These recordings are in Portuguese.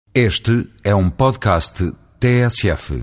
Este é um podcast TSF.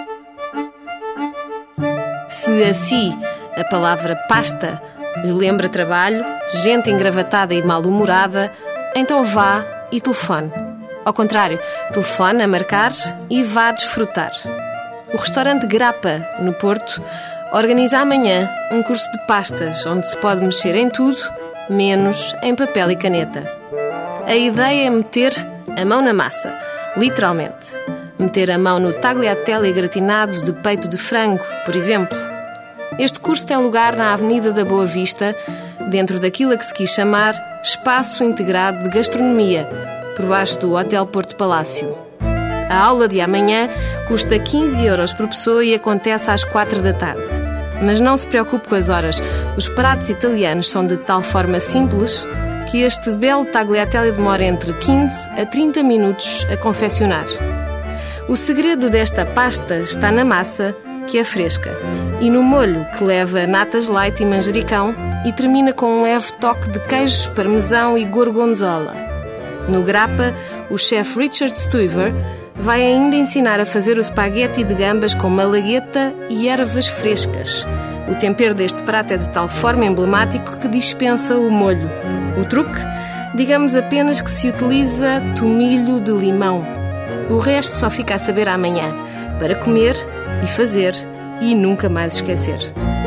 Se a si a palavra pasta lhe lembra trabalho, gente engravatada e mal-humorada, então vá e telefone. Ao contrário, telefone a marcar e vá desfrutar. O restaurante Grappa, no Porto, organiza amanhã um curso de pastas onde se pode mexer em tudo, menos em papel e caneta. A ideia é meter a mão na massa, literalmente. Meter a mão no tagliatelle gratinado de peito de frango, por exemplo. Este curso tem lugar na Avenida da Boa Vista, dentro daquilo a que se quis chamar Espaço Integrado de Gastronomia, por baixo do Hotel Porto Palácio. A aula de amanhã custa 15 € por pessoa e acontece às 4 da tarde. Mas não se preocupe com as horas. Os pratos italianos são de tal forma simples que este belo tagliatelle demora entre 15 a 30 minutos a confeccionar. O segredo desta pasta está na massa, que é fresca, e no molho, que leva natas light e manjericão e termina com um leve toque de queijos parmesão e gorgonzola. No Grappa, o chefe Richard Stuiver vai ainda ensinar a fazer o spaghetti de gambas com malagueta e ervas frescas. O tempero deste prato é de tal forma emblemático que dispensa o molho. O truque? Digamos apenas que se utiliza tomilho de limão. O resto só fica a saber amanhã, para comer e fazer e nunca mais esquecer.